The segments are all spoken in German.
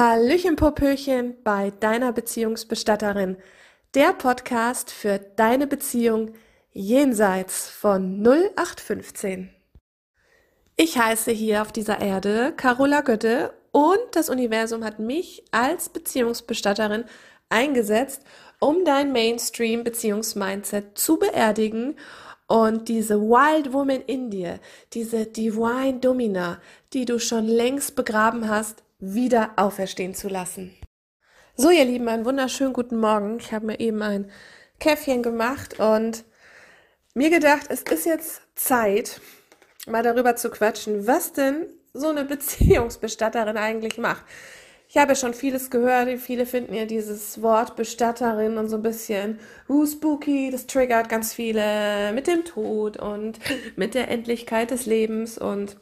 Hallöchen Popöchen bei deiner Beziehungsbestatterin, der Podcast für deine Beziehung jenseits von 0815. Ich heiße hier auf dieser Erde Carola Götte und das Universum hat mich als Beziehungsbestatterin eingesetzt, um dein Mainstream-Beziehungsmindset zu beerdigen und diese Wild Woman in dir, diese Divine Domina, die du schon längst begraben hast, wieder auferstehen zu lassen. So, ihr Lieben, einen wunderschönen guten Morgen. Ich habe mir eben ein Käffchen gemacht und mir gedacht, es ist jetzt Zeit, mal darüber zu quatschen, was denn so eine Beziehungsbestatterin eigentlich macht. Ich habe ja schon vieles gehört, viele finden ja dieses Wort Bestatterin und so ein bisschen spooky, das triggert ganz viele mit dem Tod und mit der Endlichkeit des Lebens und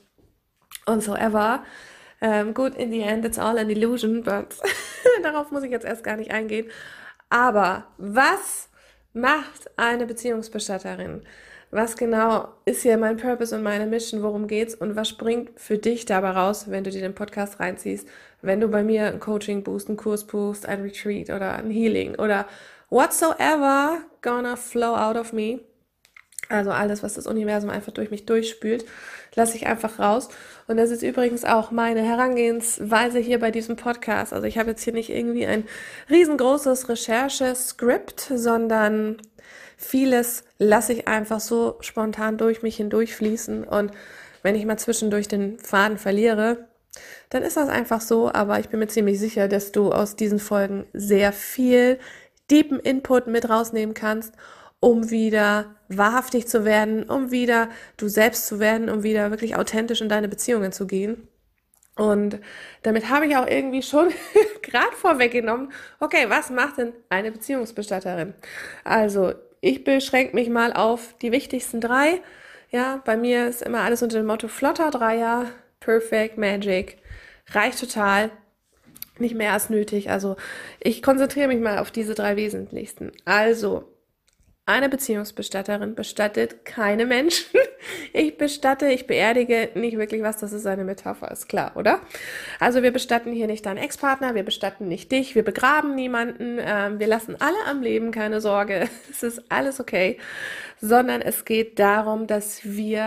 so ever. Gut, in the end, it's all an illusion, but darauf muss ich jetzt erst gar nicht eingehen. Aber was macht eine Beziehungsbestatterin? Was genau ist hier mein Purpose und meine Mission? Worum geht's? Und was springt für dich dabei raus, wenn du dir den Podcast reinziehst? Wenn du bei mir ein Coaching buchst, einen Kurs buchst, ein Retreat oder ein Healing oder whatsoever gonna flow out of me? Also alles, was das Universum einfach durch mich durchspült, lasse ich einfach raus. Und das ist übrigens auch meine Herangehensweise hier bei diesem Podcast. Also ich habe jetzt hier nicht irgendwie ein riesengroßes Recherche-Skript, sondern vieles lasse ich einfach so spontan durch mich hindurchfließen. Und wenn ich mal zwischendurch den Faden verliere, dann ist das einfach so. Aber ich bin mir ziemlich sicher, dass du aus diesen Folgen sehr viel deepen Input mit rausnehmen kannst, um wieder wahrhaftig zu werden, um wieder du selbst zu werden, um wieder wirklich authentisch in deine Beziehungen zu gehen. Und damit habe ich auch irgendwie schon gerade vorweggenommen, okay, was macht denn eine Beziehungsbestatterin? Also ich beschränke mich mal auf die wichtigsten 3. Ja, bei mir ist immer alles unter dem Motto flotter Dreier, perfect, magic, reicht total, nicht mehr als nötig. Also ich konzentriere mich mal auf diese 3 wesentlichsten. Also eine Beziehungsbestatterin bestattet keine Menschen. Ich beerdige nicht wirklich was, das ist eine Metapher, ist klar, oder? Also wir bestatten hier nicht deinen Ex-Partner, wir bestatten nicht dich, wir begraben niemanden, wir lassen alle am Leben, keine Sorge, es ist alles okay, sondern es geht darum, dass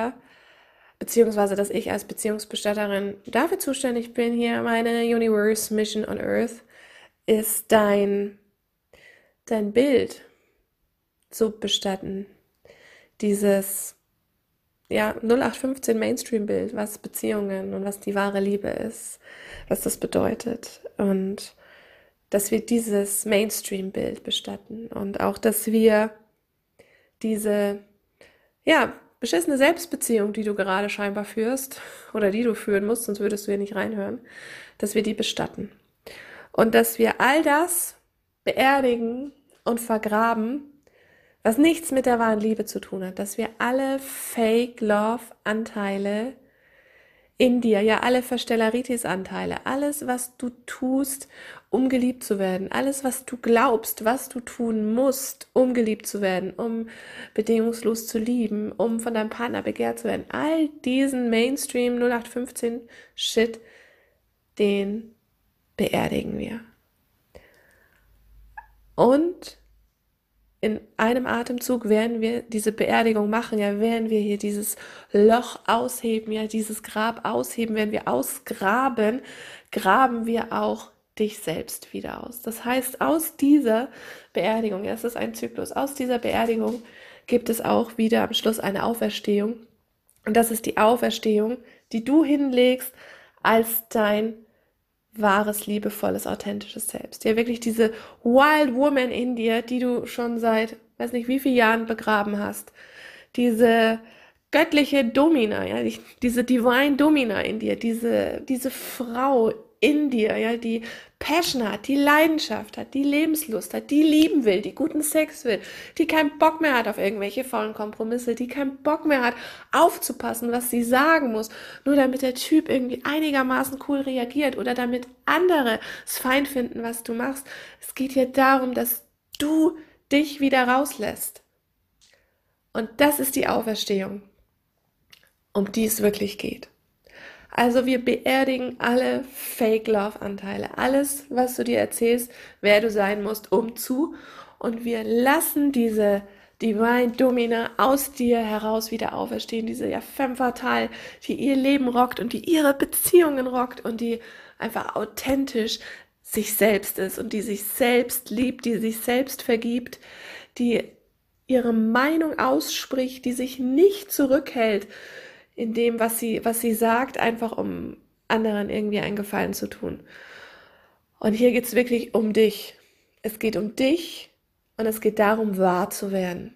dass ich als Beziehungsbestatterin dafür zuständig bin, hier meine Universe Mission on Earth, ist dein Bild zu bestatten. Dieses 0815 Mainstream-Bild, was Beziehungen und was die wahre Liebe ist, was das bedeutet. Und dass wir dieses Mainstream-Bild bestatten und auch, dass wir diese beschissene Selbstbeziehung, die du gerade scheinbar führst oder die du führen musst, sonst würdest du hier nicht reinhören, dass wir die bestatten. Und dass wir all das beerdigen und vergraben, was nichts mit der wahren Liebe zu tun hat, dass wir alle Fake-Love-Anteile in dir, ja alle Verstellaritis-Anteile, alles, was du tust, um geliebt zu werden, alles, was du glaubst, was du tun musst, um geliebt zu werden, um bedingungslos zu lieben, um von deinem Partner begehrt zu werden, all diesen Mainstream 0815 Shit, den beerdigen wir. Und in einem Atemzug werden wir diese Beerdigung machen, ja, werden wir hier dieses Loch ausheben, ja, dieses Grab ausheben, werden wir ausgraben, graben wir auch dich selbst wieder aus. Das heißt, aus dieser Beerdigung, ja, es ist ein Zyklus, aus dieser Beerdigung gibt es auch wieder am Schluss eine Auferstehung. Und das ist die Auferstehung, die du hinlegst als dein wahres, liebevolles, authentisches Selbst. Ja, wirklich diese Wild Woman in dir, die du schon seit, weiß nicht wie vielen Jahren begraben hast. Diese göttliche Domina, ja, diese Divine Domina in dir, diese Frau in dir, ja, die Passion hat, die Leidenschaft hat, die Lebenslust hat, die lieben will, die guten Sex will, die keinen Bock mehr hat auf irgendwelche faulen Kompromisse, die keinen Bock mehr hat, aufzupassen, was sie sagen muss, nur damit der Typ irgendwie einigermaßen cool reagiert oder damit andere es fein finden, was du machst. Es geht hier darum, dass du dich wieder rauslässt. Und das ist die Auferstehung, um die es wirklich geht. Also wir beerdigen alle Fake-Love-Anteile, alles, was du dir erzählst, wer du sein musst, und wir lassen diese Divine Domina aus dir heraus wieder auferstehen, diese Femme Fatale, die ihr Leben rockt und die ihre Beziehungen rockt und die einfach authentisch sich selbst ist und die sich selbst liebt, die sich selbst vergibt, die ihre Meinung ausspricht, die sich nicht zurückhält in dem, was sie sagt, einfach um anderen irgendwie einen Gefallen zu tun. Und hier geht es wirklich um dich. Es geht um dich und es geht darum, wahr zu werden.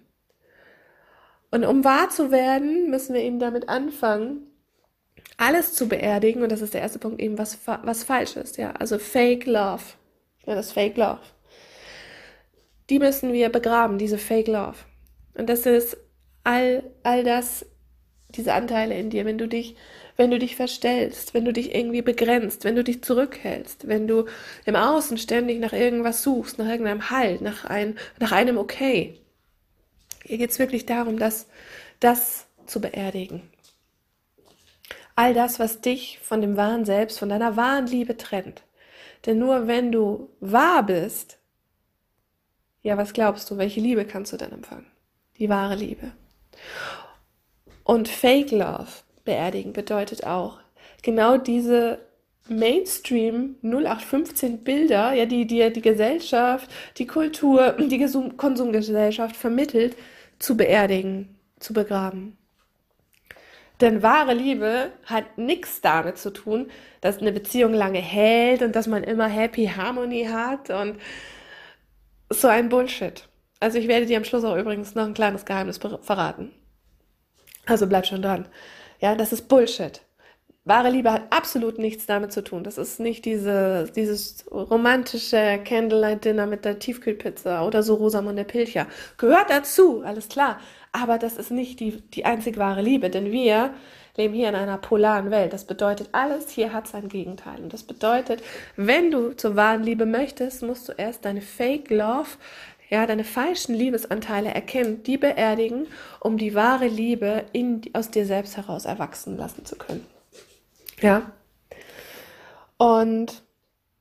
Und um wahr zu werden, müssen wir eben damit anfangen, alles zu beerdigen. Und das ist der erste Punkt eben, was falsch ist. Ja? Also Fake Love. Ja, das Fake Love. Die müssen wir begraben, diese Fake Love. Und das ist all das, diese Anteile in dir, wenn du dich verstellst, wenn du dich irgendwie begrenzt, wenn du dich zurückhältst, wenn du im Außen ständig nach irgendwas suchst, nach irgendeinem Halt, nach einem Okay. Hier geht es wirklich darum, das zu beerdigen. All das, was dich von dem wahren Selbst, von deiner wahren Liebe trennt. Denn nur wenn du wahr bist, ja, was glaubst du, welche Liebe kannst du dann empfangen? Die wahre Liebe. Und Fake Love beerdigen bedeutet auch genau diese Mainstream 0815 Bilder, ja, die dir die Gesellschaft, die Kultur, die Konsumgesellschaft vermittelt, zu beerdigen, zu begraben. Denn wahre Liebe hat nichts damit zu tun, dass eine Beziehung lange hält und dass man immer Happy Harmony hat und so ein Bullshit. Also ich werde dir am Schluss auch übrigens noch ein kleines Geheimnis verraten. Also bleib schon dran. Ja, das ist Bullshit. Wahre Liebe hat absolut nichts damit zu tun. Das ist nicht dieses romantische Candlelight-Dinner mit der Tiefkühlpizza oder so Rosamunde Pilcher. Gehört dazu, alles klar. Aber das ist nicht die einzig wahre Liebe, denn wir leben hier in einer polaren Welt. Das bedeutet, alles hier hat sein Gegenteil. Und das bedeutet, wenn du zur wahren Liebe möchtest, musst du erst deine Fake Love, ja, deine falschen Liebesanteile erkennen, die beerdigen, um die wahre Liebe aus dir selbst heraus erwachsen lassen zu können. Ja. Und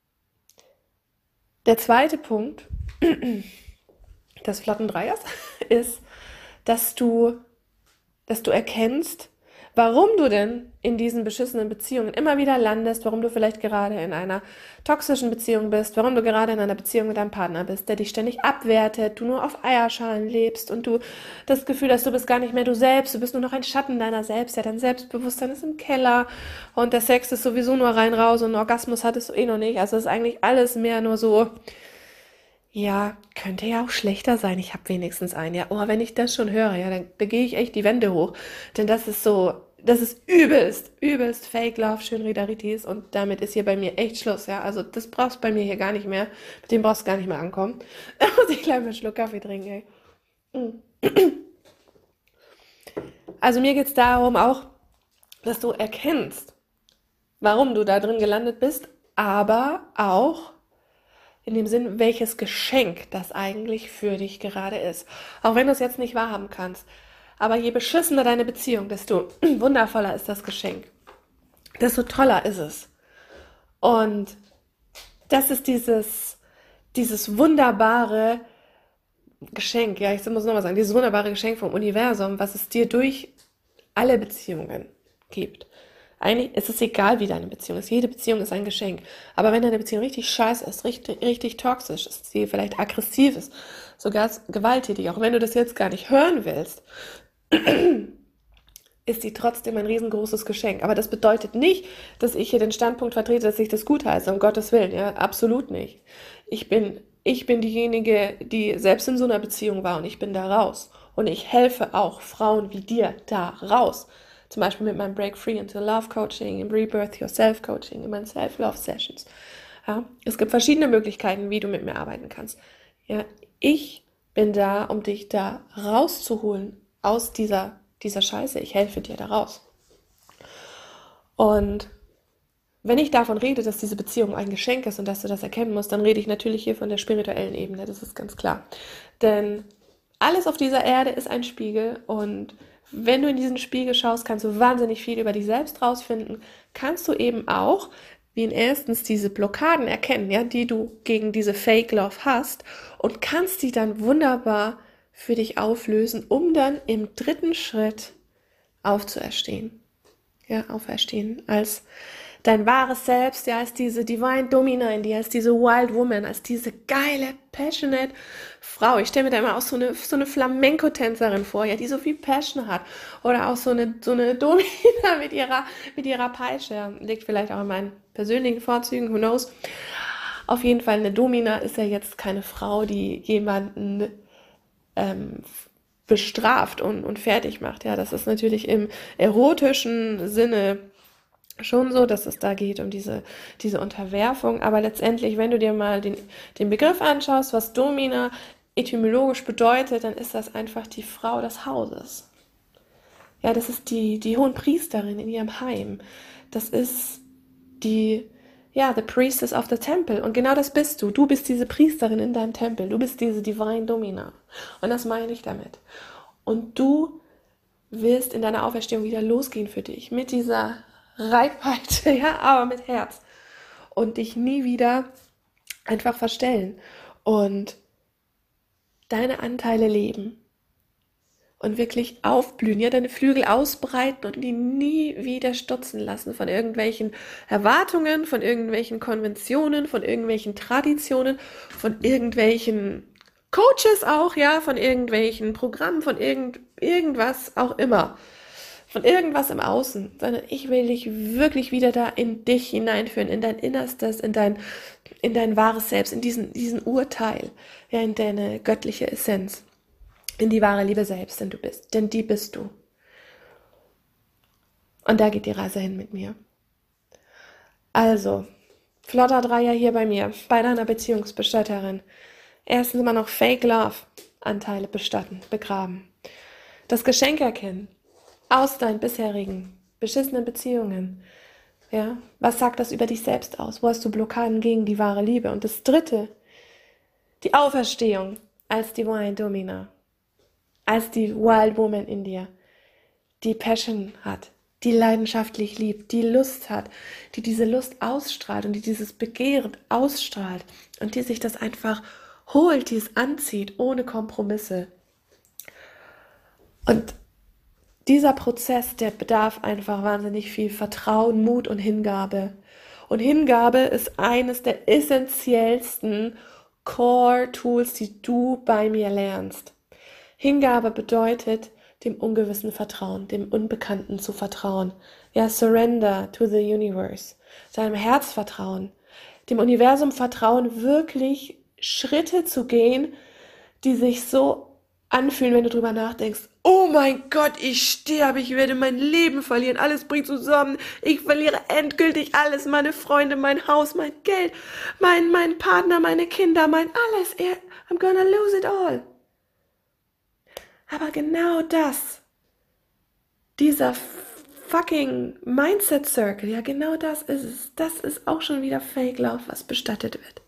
der zweite Punkt des flotten Dreiers ist, dass du erkennst, warum du denn in diesen beschissenen Beziehungen immer wieder landest, warum du vielleicht gerade in einer toxischen Beziehung bist, warum du gerade in einer Beziehung mit deinem Partner bist, der dich ständig abwertet, du nur auf Eierschalen lebst und du das Gefühl hast, du bist gar nicht mehr du selbst, du bist nur noch ein Schatten deiner selbst, ja, dein Selbstbewusstsein ist im Keller und der Sex ist sowieso nur rein raus und einen Orgasmus hattest du eh noch nicht, also ist eigentlich alles mehr nur so, ja, könnte ja auch schlechter sein, ich habe wenigstens einen, ja, oh, wenn ich das schon höre, ja, dann gehe ich echt die Wände hoch, denn das ist übelst Fake Love, Schönrederitis und damit ist hier bei mir echt Schluss, ja, also das brauchst du bei mir hier gar nicht mehr, mit dem brauchst du gar nicht mehr ankommen, da muss ich gleich mal einen Schluck Kaffee trinken, ey. Also mir geht es darum auch, dass du erkennst, warum du da drin gelandet bist, aber auch in dem Sinn, welches Geschenk das eigentlich für dich gerade ist. Auch wenn du es jetzt nicht wahrhaben kannst. Aber je beschissener deine Beziehung, desto wundervoller ist das Geschenk. Desto toller ist es. Und das ist dieses wunderbare Geschenk, ja, ich muss nochmal sagen, dieses wunderbare Geschenk vom Universum, was es dir durch alle Beziehungen gibt. Eigentlich ist es egal, wie deine Beziehung ist. Jede Beziehung ist ein Geschenk. Aber wenn deine Beziehung richtig scheiße ist, richtig toxisch ist, sie vielleicht aggressiv ist, sogar gewalttätig, auch wenn du das jetzt gar nicht hören willst, ist sie trotzdem ein riesengroßes Geschenk. Aber das bedeutet nicht, dass ich hier den Standpunkt vertrete, dass ich das gutheiße, um Gottes Willen. Ja, absolut nicht. Ich bin diejenige, die selbst in so einer Beziehung war und ich bin da raus. Und ich helfe auch Frauen wie dir da raus. Zum Beispiel mit meinem Break Free into Love Coaching, im Rebirth Yourself Coaching, in meinen Self-Love Sessions. Ja, es gibt verschiedene Möglichkeiten, wie du mit mir arbeiten kannst. Ja, ich bin da, um dich da rauszuholen aus dieser Scheiße. Ich helfe dir da raus. Und wenn ich davon rede, dass diese Beziehung ein Geschenk ist und dass du das erkennen musst, dann rede ich natürlich hier von der spirituellen Ebene, das ist ganz klar. Denn alles auf dieser Erde ist ein Spiegel und wenn du in diesen Spiegel schaust, kannst du wahnsinnig viel über dich selbst rausfinden. Kannst du eben auch, wie in erstens diese Blockaden erkennen, ja, die du gegen diese Fake Love hast und kannst die dann wunderbar für dich auflösen, um dann im dritten Schritt aufzuerstehen. Ja, auferstehen als dein wahres Selbst, ja, als diese Divine Domina in dir, als diese Wild Woman, als diese geile, passionate Frau. Ich stelle mir da immer auch so eine Flamenco-Tänzerin vor, ja, die so viel Passion hat. Oder auch so eine Domina mit ihrer Peitsche. Ja, liegt vielleicht auch in meinen persönlichen Vorzügen, who knows. Auf jeden Fall, eine Domina ist ja jetzt keine Frau, die jemanden bestraft und fertig macht. Ja, das ist natürlich im erotischen Sinne schon so, dass es da geht um diese Unterwerfung. Aber letztendlich, wenn du dir mal den Begriff anschaust, was Domina etymologisch bedeutet, dann ist das einfach die Frau des Hauses. Ja, das ist die Hohenpriesterin in ihrem Heim. Das ist the priestess of the temple. Und genau das bist du. Du bist diese Priesterin in deinem Tempel. Du bist diese Divine Domina. Und das meine ich damit. Und du wirst in deiner Auferstehung wieder losgehen für dich. Mit dieser Reitpeitsche, ja, aber mit Herz. Und dich nie wieder einfach verstellen. Und deine Anteile leben. Und wirklich aufblühen, ja, deine Flügel ausbreiten und die nie wieder stutzen lassen von irgendwelchen Erwartungen, von irgendwelchen Konventionen, von irgendwelchen Traditionen, von irgendwelchen Coaches auch, ja, von irgendwelchen Programmen, von irgendwas auch immer, von irgendwas im Außen, sondern ich will dich wirklich wieder da in dich hineinführen, in dein Innerstes, in dein wahres Selbst, in diesen Urteil, ja, in deine göttliche Essenz. In die wahre Liebe selbst, denn die bist du. Und da geht die Reise hin mit mir. Also, flotter Dreier hier bei mir, bei deiner Beziehungsbestatterin. Erstens immer noch Fake Love Anteile begraben. Das Geschenk erkennen aus deinen bisherigen beschissenen Beziehungen. Ja, was sagt das über dich selbst aus? Wo hast du Blockaden gegen die wahre Liebe? Und das dritte, die Auferstehung als Divine Domina. Als die Wild Woman in dir, die Passion hat, die leidenschaftlich liebt, die Lust hat, die diese Lust ausstrahlt und die dieses Begehren ausstrahlt und die sich das einfach holt, die es anzieht, ohne Kompromisse. Und dieser Prozess, der bedarf einfach wahnsinnig viel Vertrauen, Mut und Hingabe. Und Hingabe ist eines der essentiellsten Core-Tools, die du bei mir lernst. Hingabe bedeutet, dem Ungewissen vertrauen, dem Unbekannten zu vertrauen. Ja, surrender to the universe. Deinem Herz vertrauen, dem Universum vertrauen, wirklich Schritte zu gehen, die sich so anfühlen, wenn du drüber nachdenkst. Oh mein Gott, ich sterbe, ich werde mein Leben verlieren, alles bricht zusammen, ich verliere endgültig alles, meine Freunde, mein Haus, mein Geld, mein Partner, meine Kinder, mein alles. I'm gonna lose it all. Aber genau das, dieser fucking Mindset Circle, ja genau das ist es. Das ist auch schon wieder Fake Love, was bestattet wird.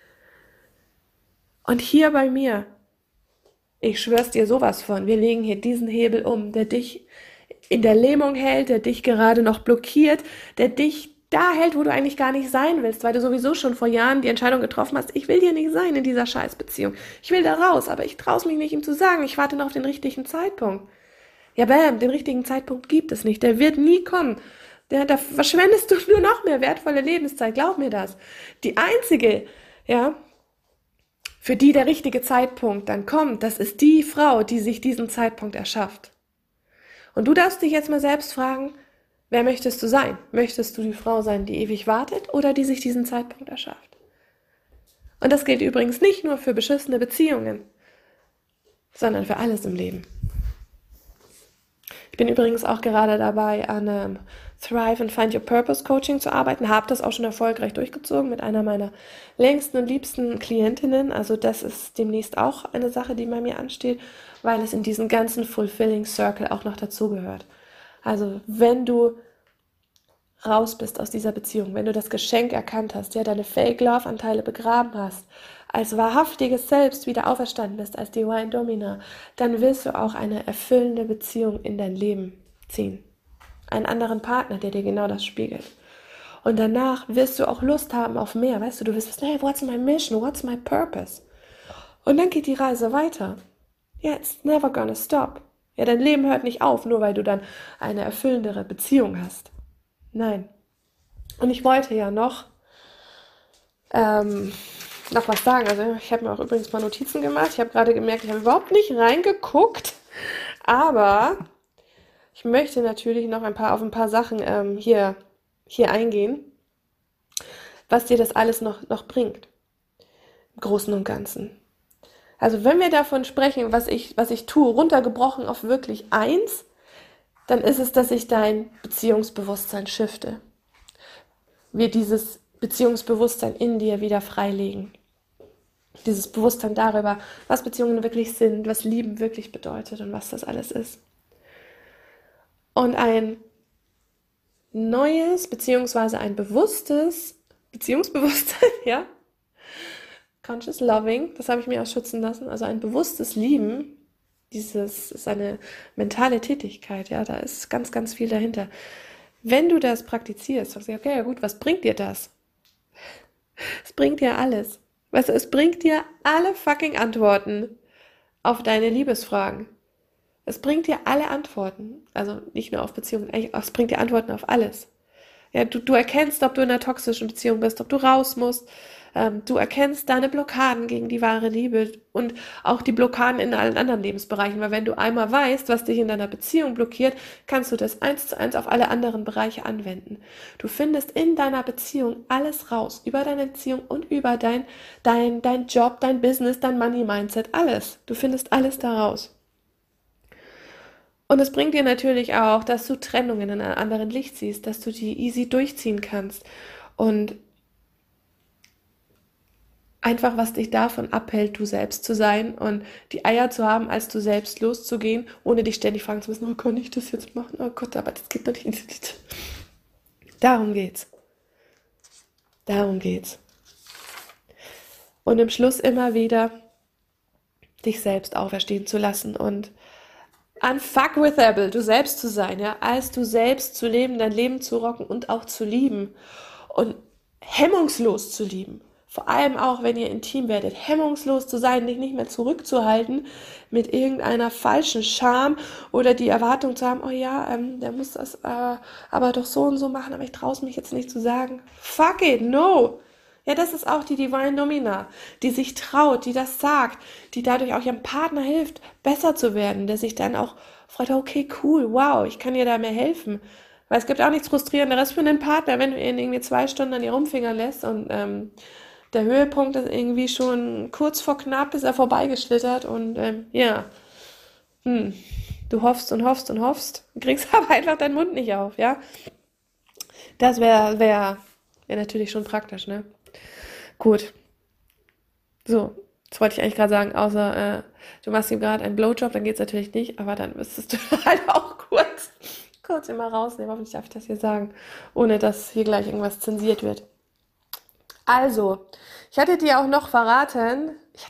Und hier bei mir, ich schwör's dir sowas von, wir legen hier diesen Hebel um, der dich in der Lähmung hält, der dich gerade noch blockiert, der dich da hält, wo du eigentlich gar nicht sein willst, weil du sowieso schon vor Jahren die Entscheidung getroffen hast, ich will hier nicht sein in dieser Scheißbeziehung. Ich will da raus, aber ich traue mich nicht, ihm zu sagen, ich warte noch auf den richtigen Zeitpunkt. Ja, bam, den richtigen Zeitpunkt gibt es nicht, der wird nie kommen. Da verschwendest du nur noch mehr wertvolle Lebenszeit, glaub mir das. Die einzige, ja, für die der richtige Zeitpunkt dann kommt, das ist die Frau, die sich diesen Zeitpunkt erschafft. Und du darfst dich jetzt mal selbst fragen, wer möchtest du sein? Möchtest du die Frau sein, die ewig wartet oder die sich diesen Zeitpunkt erschafft? Und das gilt übrigens nicht nur für beschissene Beziehungen, sondern für alles im Leben. Ich bin übrigens auch gerade dabei, an Thrive and Find Your Purpose Coaching zu arbeiten, habe das auch schon erfolgreich durchgezogen mit einer meiner längsten und liebsten Klientinnen. Also das ist demnächst auch eine Sache, die bei mir ansteht, weil es in diesen ganzen Fulfilling Circle auch noch dazugehört. Also wenn du raus bist aus dieser Beziehung, wenn du das Geschenk erkannt hast, ja, deine Fake-Love-Anteile begraben hast, als wahrhaftiges Selbst wieder auferstanden bist, als Divine Domina, dann willst du auch eine erfüllende Beziehung in dein Leben ziehen. Einen anderen Partner, der dir genau das spiegelt. Und danach wirst du auch Lust haben auf mehr, weißt du wirst wissen, hey, what's my mission, what's my purpose? Und dann geht die Reise weiter. Ja, it's never gonna stop. Ja, dein Leben hört nicht auf, nur weil du dann eine erfüllendere Beziehung hast. Nein. Und ich wollte ja noch was sagen. Also ich habe mir auch übrigens mal Notizen gemacht. Ich habe gerade gemerkt, ich habe überhaupt nicht reingeguckt. Aber ich möchte natürlich noch auf ein paar Sachen hier eingehen, was dir das alles noch bringt. Im Großen und Ganzen. Also wenn wir davon sprechen, was ich tue, runtergebrochen auf wirklich eins, dann ist es, dass ich dein Beziehungsbewusstsein shifte. Wir dieses Beziehungsbewusstsein in dir wieder freilegen. Dieses Bewusstsein darüber, was Beziehungen wirklich sind, was Lieben wirklich bedeutet und was das alles ist. Und ein neues, beziehungsweise ein bewusstes Beziehungsbewusstsein, ja, Conscious Loving, das habe ich mir ausschützen lassen, also ein bewusstes Lieben, dieses ist eine mentale Tätigkeit, ja, da ist ganz, ganz viel dahinter. Wenn du das praktizierst, sagst du, okay, ja gut, was bringt dir das? Es bringt dir alles. Weißt du, es bringt dir alle fucking Antworten auf deine Liebesfragen. Es bringt dir alle Antworten, also nicht nur auf Beziehungen, es bringt dir Antworten auf alles. Ja, du erkennst, ob du in einer toxischen Beziehung bist, ob du raus musst. Du erkennst deine Blockaden gegen die wahre Liebe und auch die Blockaden in allen anderen Lebensbereichen. Weil wenn du einmal weißt, was dich in deiner Beziehung blockiert, kannst du das 1:1 auf alle anderen Bereiche anwenden. Du findest in deiner Beziehung alles raus, über deine Beziehung und über dein Job, dein Business, dein Money-Mindset, alles. Du findest alles da raus. Und es bringt dir natürlich auch, dass du Trennungen in einem anderen Licht siehst, dass du die easy durchziehen kannst und einfach, was dich davon abhält, du selbst zu sein und die Eier zu haben, als du selbst loszugehen, ohne dich ständig fragen zu müssen, oh, kann ich das jetzt machen? Oh Gott, aber das geht doch nicht. Darum geht's. Darum geht's. Und im Schluss immer wieder dich selbst auferstehen zu lassen und unfuckwithable, du selbst zu sein, ja, als du selbst zu leben, dein Leben zu rocken und auch zu lieben und hemmungslos zu lieben. Vor allem auch, wenn ihr intim werdet, hemmungslos zu sein, dich nicht mehr zurückzuhalten mit irgendeiner falschen Scham oder die Erwartung zu haben, oh ja, der muss das aber doch so und so machen, aber ich traue es mich jetzt nicht zu sagen. Fuck it, no! Ja, das ist auch die Divine Domina, die sich traut, die das sagt, die dadurch auch ihrem Partner hilft, besser zu werden, der sich dann auch freut, okay, cool, wow, ich kann dir da mehr helfen. Weil es gibt auch nichts Frustrierenderes für einen Partner, wenn du ihn irgendwie 2 Stunden an dir rumfingern lässt und der Höhepunkt ist irgendwie schon kurz vor knapp, ist er vorbeigeschlittert und du hoffst und hoffst und hoffst, kriegst aber einfach deinen Mund nicht auf, ja. Das wär natürlich schon praktisch, ne? Gut. So, das wollte ich eigentlich gerade sagen, außer du machst ihm gerade einen Blowjob, dann geht's natürlich nicht, aber dann müsstest du halt auch kurz immer rausnehmen. Hoffentlich darf ich das hier sagen, ohne dass hier gleich irgendwas zensiert wird. Also, ich hatte dir noch verraten, ich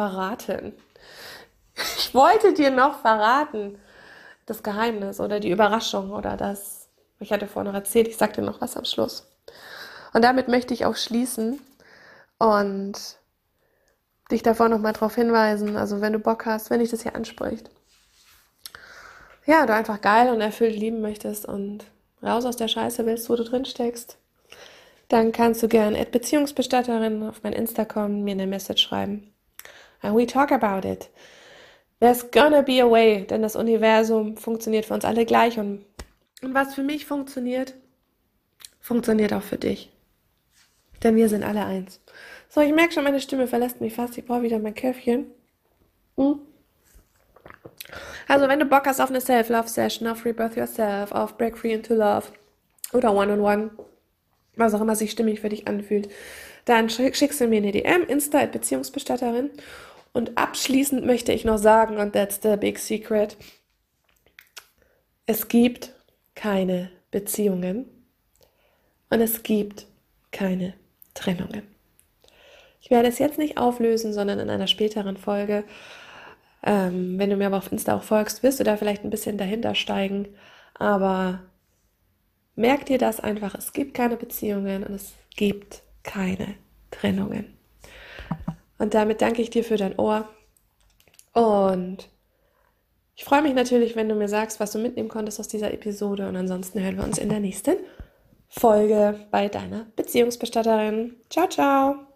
wollte dir noch verraten, das Geheimnis oder die Überraschung oder das, ich hatte vorhin noch erzählt, ich sag dir noch was am Schluss. Und damit möchte ich auch schließen und dich davor nochmal darauf hinweisen, also wenn du Bock hast, wenn dich das hier anspricht, ja, du einfach geil und erfüllt lieben möchtest und raus aus der Scheiße willst, wo du drin steckst, dann kannst du gerne @Beziehungsbestatterin auf mein Instagram mir eine Message schreiben. And we talk about it. There's gonna be a way, denn das Universum funktioniert für uns alle gleich und was für mich funktioniert, funktioniert auch für dich. Denn wir sind alle eins. So, ich merke schon, meine Stimme verlässt mich fast. Ich brauche wieder mein Käffchen. Also, wenn du Bock hast auf eine Self-Love-Session, auf Rebirth Yourself, auf Break Free into Love oder One-on-One, was auch immer sich stimmig für dich anfühlt, dann schickst du mir eine DM, Insta @Beziehungsbestatterin. Und abschließend möchte ich noch sagen, und that's the big secret, es gibt keine Beziehungen und es gibt keine Trennungen. Ich werde es jetzt nicht auflösen, sondern in einer späteren Folge. Wenn du mir aber auf Insta auch folgst, wirst du da vielleicht ein bisschen dahinter steigen. Aber merk dir das einfach, es gibt keine Beziehungen und es gibt keine Trennungen. Und damit danke ich dir für dein Ohr und ich freue mich natürlich, wenn du mir sagst, was du mitnehmen konntest aus dieser Episode und ansonsten hören wir uns in der nächsten Folge bei deiner Beziehungsbestatterin. Ciao, ciao!